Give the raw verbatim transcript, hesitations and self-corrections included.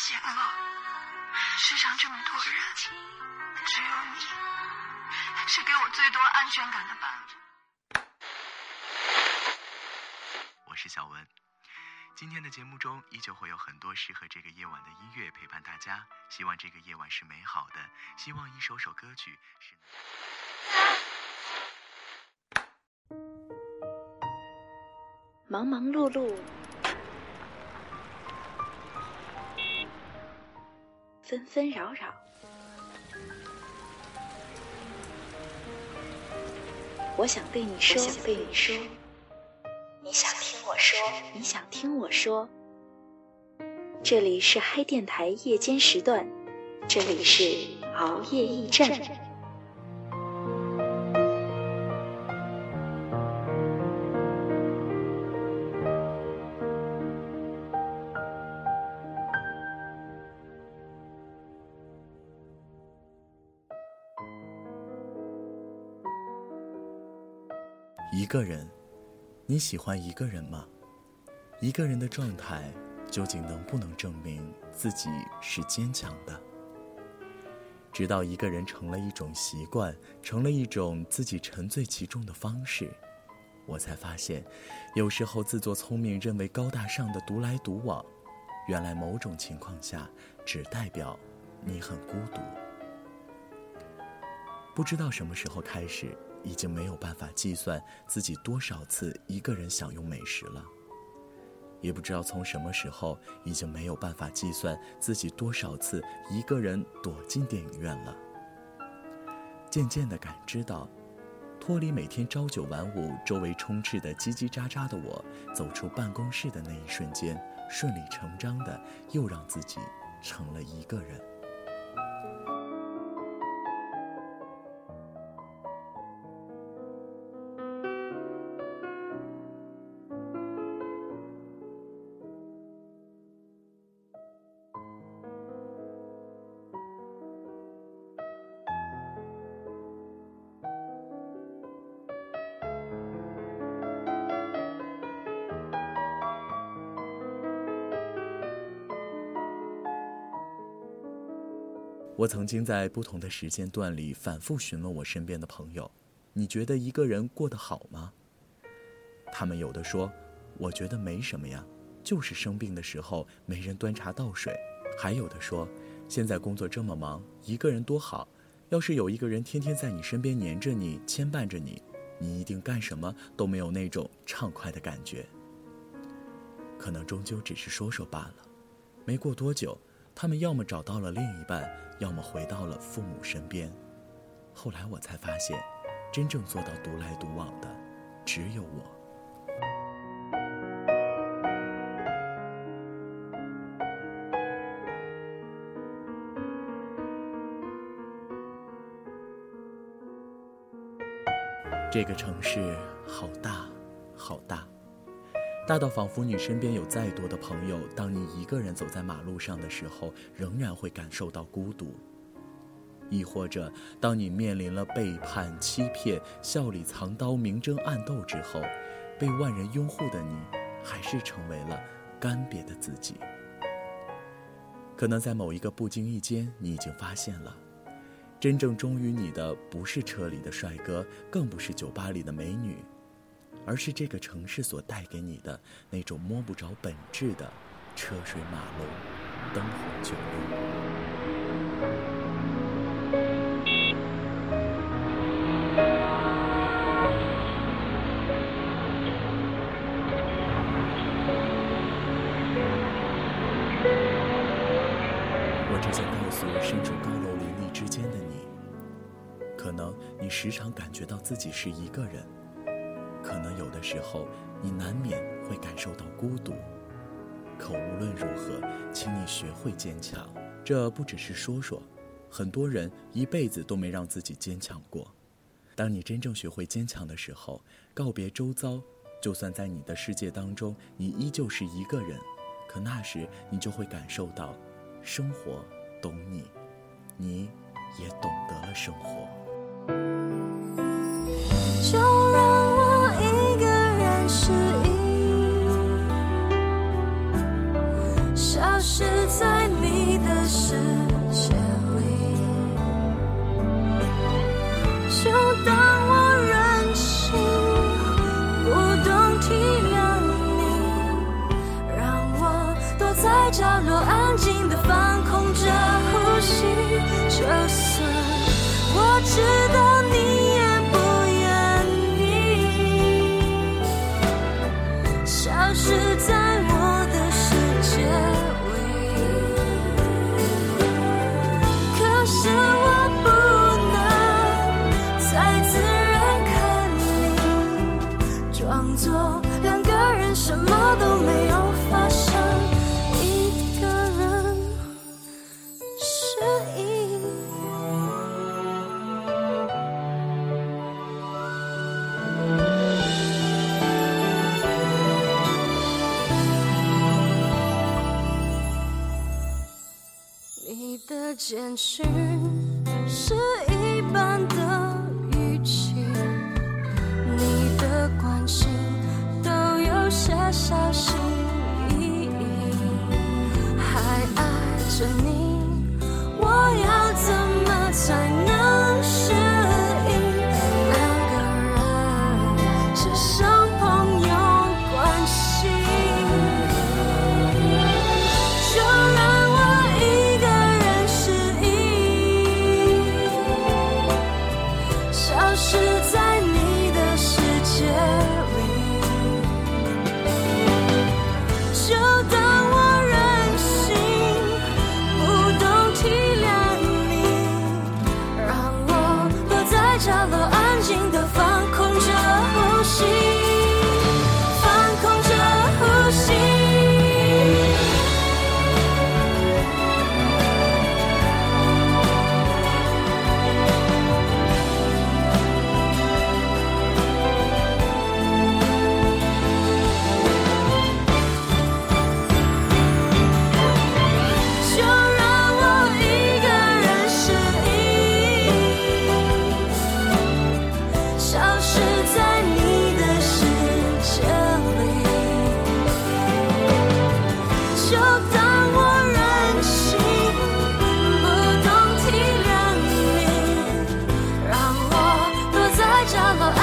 险了，世上这么多人，只有你是给我最多安全感的伴侣。 我是小文，今天的节目中依旧会有很多适合这个夜晚的音乐陪伴大家，希望这个夜晚是美好的，希望一首首歌曲是忙忙碌碌，纷纷扰扰，我想对你说，想对你说，你想听我说，你想听我说。这里是嗨电台夜间时段，这里是熬夜驿站。 一个人，你喜欢一个人吗？一个人的状态究竟能不能证明自己是坚强的？直到一个人成了一种习惯，成了一种自己沉醉其中的方式，我才发现，有时候自作聪明认为高大上的独来独往，原来某种情况下只代表你很孤独。不知道什么时候开始，已经没有办法计算自己多少次一个人享用美食了，也不知道从什么时候已经没有办法计算自己多少次一个人躲进电影院了。渐渐地感知到，脱离每天朝九晚五周围充斥的叽叽喳喳的我，走出办公室的那一瞬间，顺理成章地又让自己成了一个人。我曾经在不同的时间段里反复询问我身边的朋友，你觉得一个人过得好吗？他们有的说，我觉得没什么呀，就是生病的时候没人端茶倒水。还有的说，现在工作这么忙，一个人多好，要是有一个人天天在你身边黏着你，牵绊着你，你一定干什么都没有那种畅快的感觉。可能终究只是说说罢了。没过多久，他们要么找到了另一半，要么回到了父母身边。后来我才发现，真正做到独来独往的只有我。这个城市好大好大，大到仿佛你身边有再多的朋友，当你一个人走在马路上的时候，仍然会感受到孤独。亦或者当你面临了背叛、欺骗、笑里藏刀、明争暗斗之后，被万人拥护的你还是成为了干瘪的自己。可能在某一个不经意间，你已经发现了，真正忠于你的不是车里的帅哥，更不是酒吧里的美女，而是这个城市所带给你的那种摸不着本质的车水马龙、灯红酒绿。我只想告诉身处高楼林立之间的你，可能你时常感觉到自己是一个人，可能有的时候你难免会感受到孤独，可无论如何，请你学会坚强。这不只是说说，很多人一辈子都没让自己坚强过。当你真正学会坚强的时候，告别周遭，就算在你的世界当中你依旧是一个人，可那时你就会感受到生活懂你，你也懂得了生活。 就让我一个人失忆，消失在你当我任性，不懂体谅你，让我躲在角落安静地放空着呼吸。就算我知道你也不愿意消失在我的世界里，可是我不能再自然看你，装作两个人什么都没有发生，一个人失忆。你的简讯是一般的语气，你的关心都有些小心翼翼，还爱着你，我要怎么才能适应？两个人只剩朋友关系，就让我一个人失忆，消失在你的世界里，就当我任性，不懂体谅你，让我躲在角落安静地放空着呼吸，放空着呼吸。就让我一个人失忆，消失在你的世界里，就当我任性，不懂体谅你，让我躲在角落